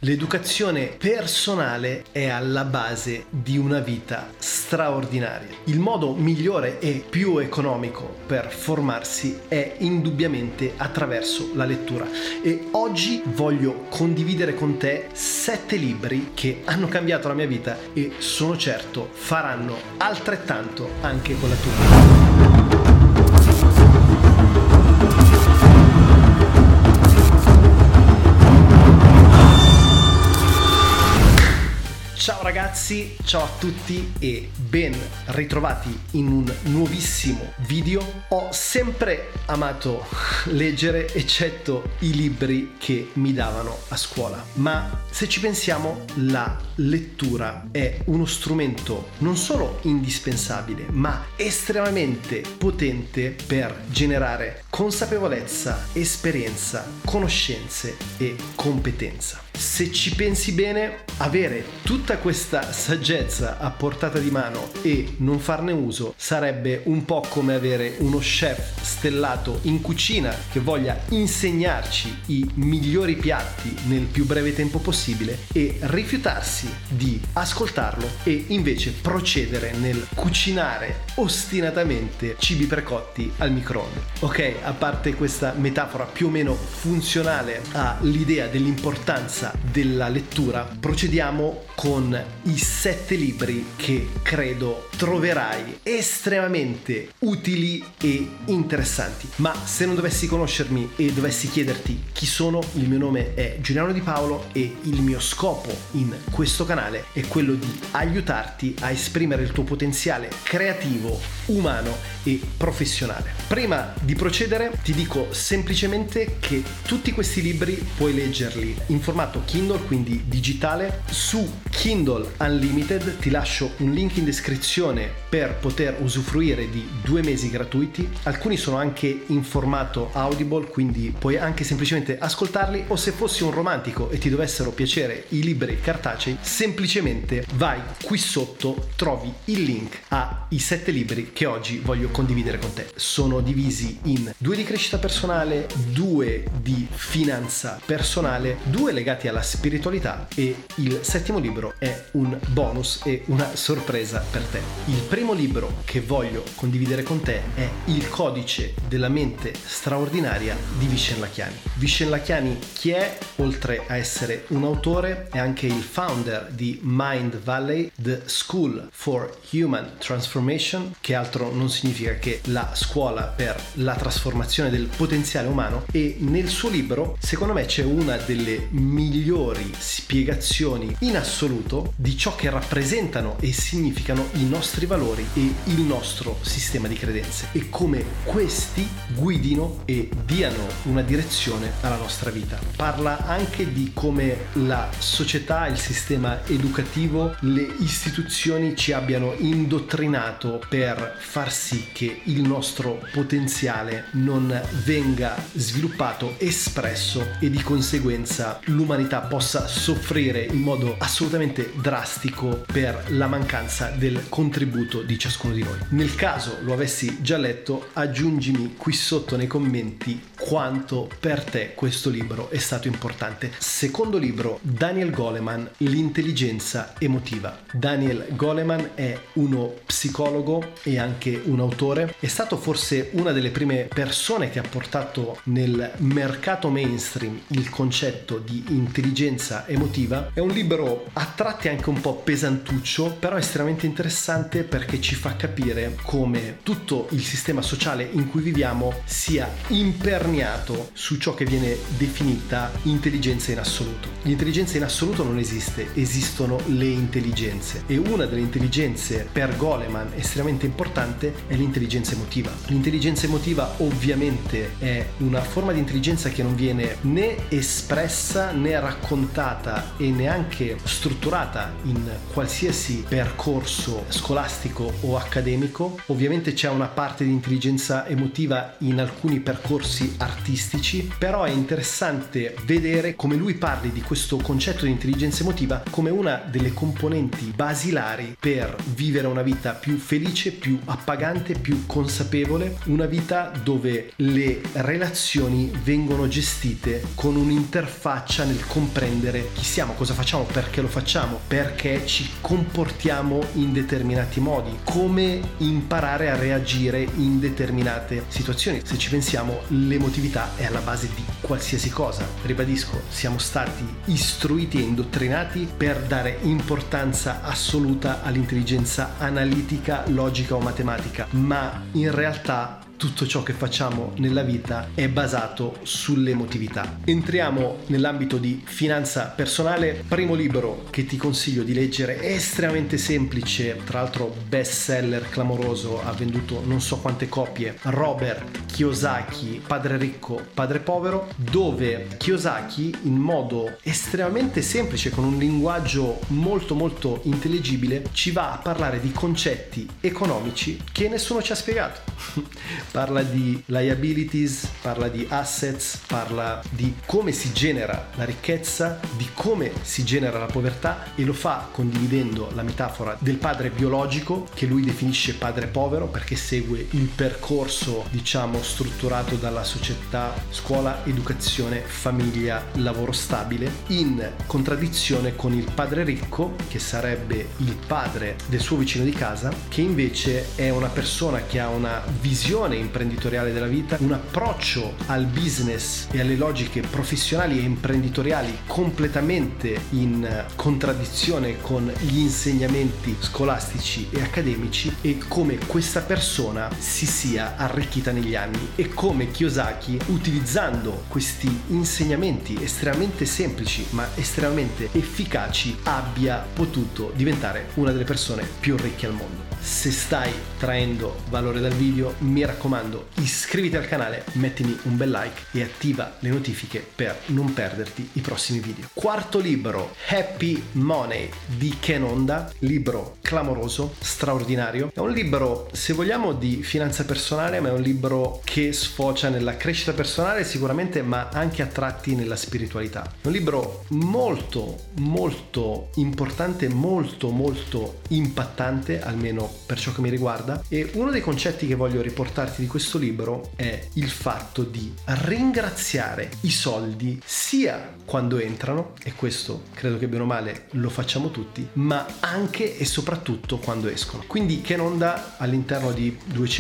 L'educazione personale è alla base di una vita straordinaria. Il modo migliore e più economico per formarsi è indubbiamente attraverso la lettura. E oggi voglio condividere con te 7 libri che hanno cambiato la mia vita e sono certo faranno altrettanto anche con la tua. Ciao ragazzi, ciao a tutti e ben ritrovati in un nuovissimo video. Ho sempre amato leggere, eccetto i libri che mi davano a scuola. Ma se ci pensiamo, la lettura è uno strumento non solo indispensabile, ma estremamente potente per generare consapevolezza, esperienza, conoscenze e competenza. Se ci pensi bene, avere tutta questa saggezza a portata di mano e non farne uso sarebbe un po' come avere uno chef stellato in cucina che voglia insegnarci i migliori piatti nel più breve tempo possibile e rifiutarsi di ascoltarlo e invece procedere nel cucinare ostinatamente cibi precotti al microonde. Ok, a parte questa metafora più o meno funzionale all'idea dell'importanza della lettura, procediamo con i 7 libri che credo troverai estremamente utili e interessanti. Ma se non dovessi conoscermi e dovessi chiederti chi sono, il mio nome è Giuliano Di Paolo e il mio scopo in questo canale è quello di aiutarti a esprimere il tuo potenziale creativo, umano e professionale. Prima di procedere ti dico semplicemente che tutti questi libri puoi leggerli in formato Kindle, quindi digitale, su Kindle Unlimited. Ti lascio un link in descrizione per poter usufruire di 2 mesi gratuiti. Alcuni sono anche in formato Audible, quindi puoi anche semplicemente ascoltarli, o se fossi un romantico e ti dovessero piacere i libri cartacei, semplicemente vai qui sotto, trovi il link ai 7 libri che oggi voglio condividere con te. Sono divisi in 2 di crescita personale, 2 di finanza personale, 2 legati alla spiritualità e il 7° libro è un bonus e una sorpresa per te. Il primo libro che voglio condividere con te è Il codice della mente straordinaria di Vishen Lakhiani. Vishen Lakhiani chi è? Oltre a essere un autore, è anche il founder di Mind Valley, The School for Human Transformation, che altro non significa che la scuola per la trasformazione del potenziale umano, e nel suo libro secondo me c'è una delle migliori spiegazioni in assoluto di ciò che rappresentano e significano i nostri valori e il nostro sistema di credenze e come questi guidino e diano una direzione alla nostra vita. Parla anche di come la società, il sistema educativo, le istituzioni ci abbiano indottrinato per far sì che il nostro potenziale non venga sviluppato, espresso, e di conseguenza l'umanità possa soffrire in modo assolutamente drastico per la mancanza del contributo di ciascuno di noi. Nel caso lo avessi già letto, aggiungimi qui sotto nei commenti quanto per te questo libro è stato importante. Secondo libro, Daniel Goleman, L'intelligenza emotiva. Daniel Goleman è uno psicologo e anche un autore. È stato forse una delle prime persone che ha portato nel mercato mainstream il concetto di intelligenza emotiva. È un libro a tratti anche un po' pesantuccio, però estremamente interessante perché ci fa capire come tutto il sistema sociale in cui viviamo sia imperniato su ciò che viene definita intelligenza in assoluto. L'intelligenza in assoluto non esiste, esistono le intelligenze, e una delle intelligenze per Goleman estremamente importante è l'intelligenza emotiva. L'intelligenza emotiva ovviamente è una forma di intelligenza che non viene né espressa né raccontata e neanche strutturata in qualsiasi percorso scolastico o accademico. Ovviamente c'è una parte di intelligenza emotiva in alcuni percorsi artistici, però è interessante vedere come lui parli di questo concetto di intelligenza emotiva come una delle componenti basilari per vivere una vita più felice, più appagante, più consapevole, una vita dove le relazioni vengono gestite con un'interfaccia nel comprendere chi siamo, cosa facciamo, perché lo facciamo, perché ci comportiamo in determinati modi, come imparare a reagire in determinate situazioni. Se ci pensiamo, l'emotività è alla base di qualsiasi cosa. Ribadisco, siamo stati istruiti e indottrinati per dare importanza assoluta all'intelligenza analitica, logica o matematica, ma in realtà tutto ciò che facciamo nella vita è basato sull'emotività. Entriamo nell'ambito di finanza personale. Primo libro che ti consiglio di leggere, è estremamente semplice, tra l'altro best seller clamoroso, ha venduto non so quante copie, Robert Kiyosaki, Padre ricco, padre povero, dove Kiyosaki in modo estremamente semplice, con un linguaggio molto molto intelligibile, ci va a parlare di concetti economici che nessuno ci ha spiegato. Parla di liabilities, parla di assets, parla di come si genera la ricchezza, di come si genera la povertà, e lo fa condividendo la metafora del padre biologico, che lui definisce padre povero perché segue il percorso, diciamo, strutturato dalla società: scuola, educazione, famiglia, lavoro stabile, in contraddizione con il padre ricco, che sarebbe il padre del suo vicino di casa, che invece è una persona che ha una visione imprenditoriale della vita, un approccio al business e alle logiche professionali e imprenditoriali completamente in contraddizione con gli insegnamenti scolastici e accademici, e come questa persona si sia arricchita negli anni, e come Kiyosaki, utilizzando questi insegnamenti estremamente semplici ma estremamente efficaci, abbia potuto diventare una delle persone più ricche al mondo. Se stai traendo valore dal video, mi raccomando, iscriviti al canale, mettimi un bel like e attiva le notifiche per non perderti i prossimi video. Quarto libro, Happy Money di Ken Honda, libro clamoroso, straordinario. È un libro, se vogliamo, di finanza personale, ma è un libro che sfocia nella crescita personale sicuramente, ma anche a tratti nella spiritualità. È un libro molto molto importante, molto molto impattante, almeno per ciò che mi riguarda, e uno dei concetti che voglio riportarti di questo libro è il fatto di ringraziare i soldi sia quando entrano, e questo credo che bene o male lo facciamo tutti, ma anche e soprattutto quando escono. Quindi Ken Honda, all'interno di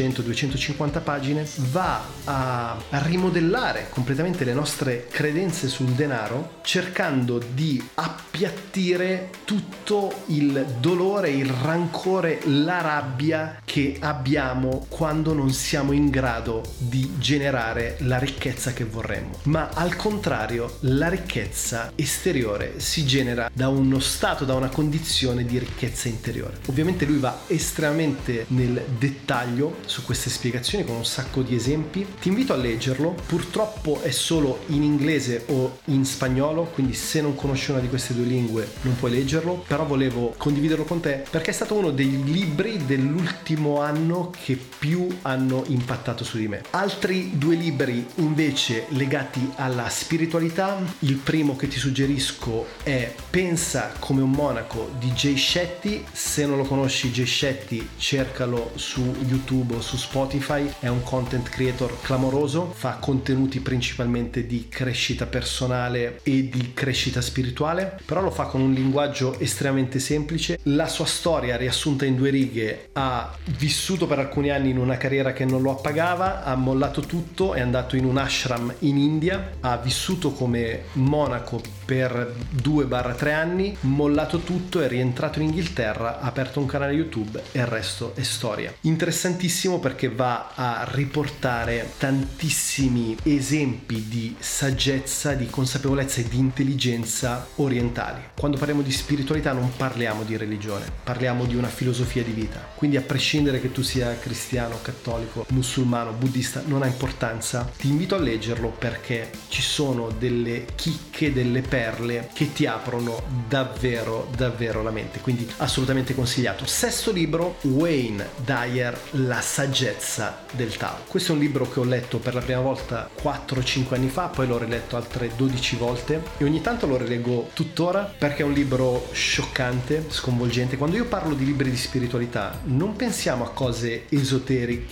200-250 pagine, va a rimodellare completamente le nostre credenze sul denaro, cercando di appiattire tutto il dolore, il rancore, la rabbia che abbiamo quando non siamo in grado di generare la ricchezza che vorremmo. Ma al contrario, la ricchezza esteriore si genera da uno stato, da una condizione di ricchezza interiore. Ovviamente lui va estremamente nel dettaglio su queste spiegazioni con un sacco di esempi. Ti invito a leggerlo, purtroppo è solo in inglese o in spagnolo, quindi se non conosci una di queste due lingue non puoi leggerlo, però volevo condividerlo con te perché è stato uno dei libri dell'ultimo anno che più hanno impattato su di me. Altri due libri invece legati alla spiritualità, il primo che ti suggerisco è Pensa come un monaco di Jay Shetty. Se non lo conosci, Jay Shetty, cercalo su YouTube o su Spotify, è un content creator clamoroso, fa contenuti principalmente di crescita personale e di crescita spirituale, però lo fa con un linguaggio estremamente semplice. La sua storia, riassunta in 2 righe: ha vissuto per alcuni anni in una carriera che non lo appagava, ha mollato tutto, è andato in un ashram in India, ha vissuto come monaco per 2-3 anni, mollato tutto, è rientrato in Inghilterra, ha aperto un canale YouTube e il resto è storia. Interessantissimo perché va a riportare tantissimi esempi di saggezza, di consapevolezza e di intelligenza orientali. Quando parliamo di spiritualità non parliamo di religione, parliamo di una filosofia di vita. Quindi, a prescindere che tu sia cristiano, cattolico, musulmano, buddista, non ha importanza. Ti invito a leggerlo perché ci sono delle chicche, delle perle che ti aprono davvero davvero la mente, quindi assolutamente consigliato. Sesto libro, Wayne Dyer, La saggezza del Tao. Questo è un libro che ho letto per la prima volta 4-5 anni fa, poi l'ho riletto altre 12 volte e ogni tanto lo rileggo tuttora perché è un libro scioccante, sconvolgente. Quando io parlo di libri di spiritualità non pensiamo a cose esoteriche o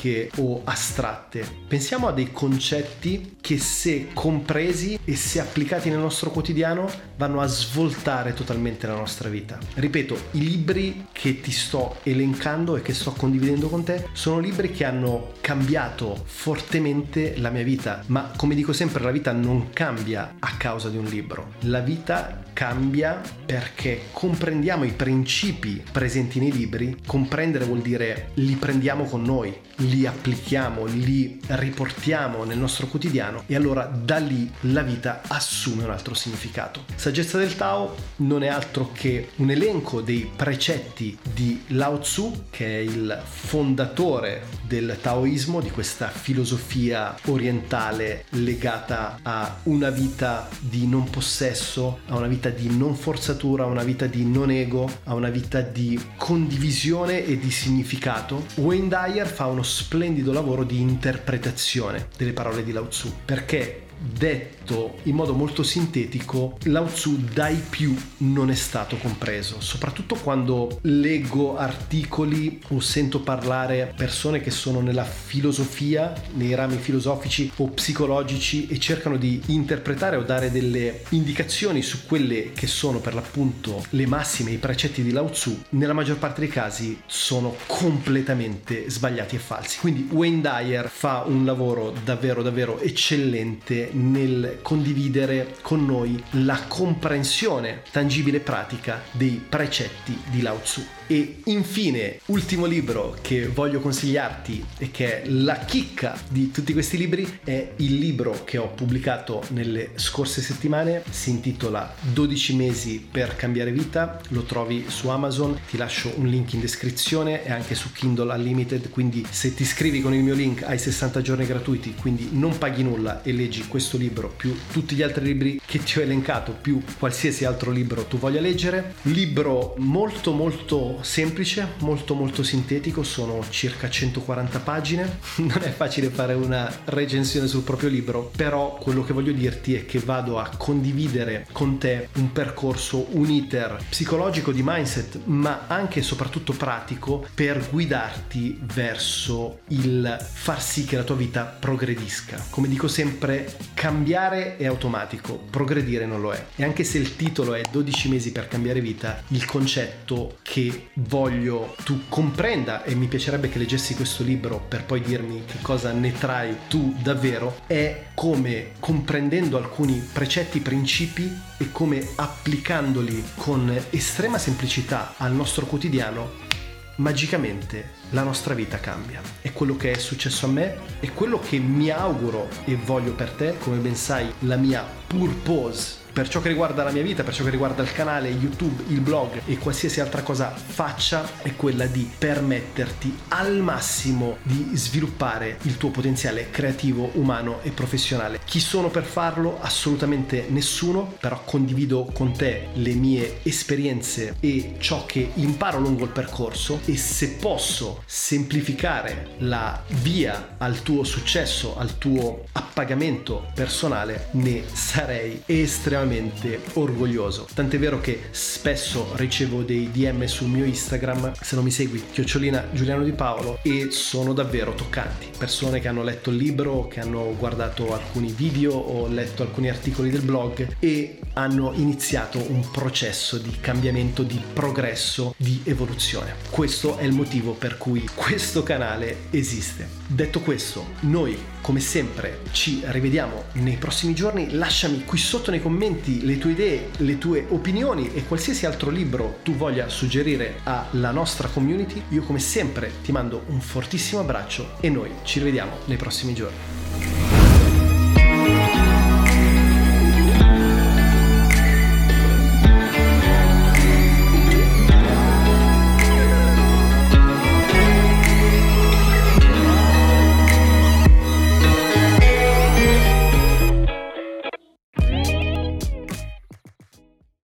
o astratte. Pensiamo a dei concetti che, se compresi e se applicati nel nostro quotidiano, vanno a svoltare totalmente la nostra vita. Ripeto, i libri che ti sto elencando e che sto condividendo con te sono libri che hanno cambiato fortemente la mia vita, ma come dico sempre, la vita non cambia a causa di un libro. La vita cambia perché comprendiamo i principi presenti nei libri. Comprendere vuol dire li prendiamo con noi, li applichiamo, li riportiamo nel nostro quotidiano e allora da lì la vita assume un altro significato. Saggezza del Tao non è altro che un elenco dei precetti di Lao Tzu, che è il fondatore del Taoismo, di questa filosofia orientale legata a una vita di non possesso, a una vita di non forzatura, a una vita di non ego, a una vita di condivisione e di significato. Wayne Dyer fa uno splendido lavoro di interpretazione delle parole di Lao Tzu, perché detto in modo molto sintetico, Lao Tzu dai più non è stato compreso. Soprattutto quando leggo articoli o sento parlare persone che sono nella filosofia, nei rami filosofici o psicologici, e cercano di interpretare o dare delle indicazioni su quelle che sono per l'appunto le massime, i precetti di Lao Tzu, nella maggior parte dei casi sono completamente sbagliati e falsi. Quindi Wayne Dyer fa un lavoro davvero davvero eccellente nel condividere con noi la comprensione tangibile e pratica dei precetti di Lao Tzu. E infine, ultimo libro che voglio consigliarti e che è la chicca di tutti questi libri, è il libro che ho pubblicato nelle scorse settimane. Si intitola 12 mesi per cambiare vita, lo trovi su Amazon, ti lascio un link in descrizione, e anche su Kindle Unlimited, quindi se ti iscrivi con il mio link hai 60 giorni gratuiti, quindi non paghi nulla e leggi questo libro più tutti gli altri libri che ti ho elencato, più qualsiasi altro libro tu voglia leggere. Libro molto molto semplice, molto molto sintetico, sono circa 140 pagine. Non è facile fare una recensione sul proprio libro, però quello che voglio dirti è che vado a condividere con te un percorso, un iter psicologico, di mindset, ma anche e soprattutto pratico, per guidarti verso il far sì che la tua vita progredisca. Come dico sempre, cambiare è automatico, progredire non lo è. E anche se il titolo è 12 mesi per cambiare vita, il concetto che voglio tu comprenda, e mi piacerebbe che leggessi questo libro per poi dirmi che cosa ne trai tu davvero, è come, comprendendo alcuni precetti, principi, e come applicandoli con estrema semplicità al nostro quotidiano, magicamente la nostra vita cambia. È quello che è successo a me, è quello che mi auguro e voglio per te. Come ben sai, la mia purpose per ciò che riguarda la mia vita, per ciò che riguarda il canale YouTube, il blog e qualsiasi altra cosa faccia, è quella di permetterti al massimo di sviluppare il tuo potenziale creativo, umano e professionale. Chi sono per farlo? Assolutamente nessuno, però condivido con te le mie esperienze e ciò che imparo lungo il percorso, e se posso semplificare la via al tuo successo, al tuo appagamento personale, ne sarei estremamente orgoglioso. Tant'è vero che spesso ricevo dei DM sul mio Instagram, se non mi segui, @Giuliano Di Paolo, e sono davvero toccanti. Persone che hanno letto il libro, che hanno guardato alcuni video o letto alcuni articoli del blog e hanno iniziato un processo di cambiamento, di progresso, di evoluzione. Questo è il motivo per cui questo canale esiste. Detto questo, noi come sempre ci rivediamo nei prossimi giorni. Lasciami qui sotto nei commenti le tue idee, le tue opinioni e qualsiasi altro libro tu voglia suggerire alla nostra community. Io come sempre ti mando un fortissimo abbraccio e noi ci rivediamo nei prossimi giorni.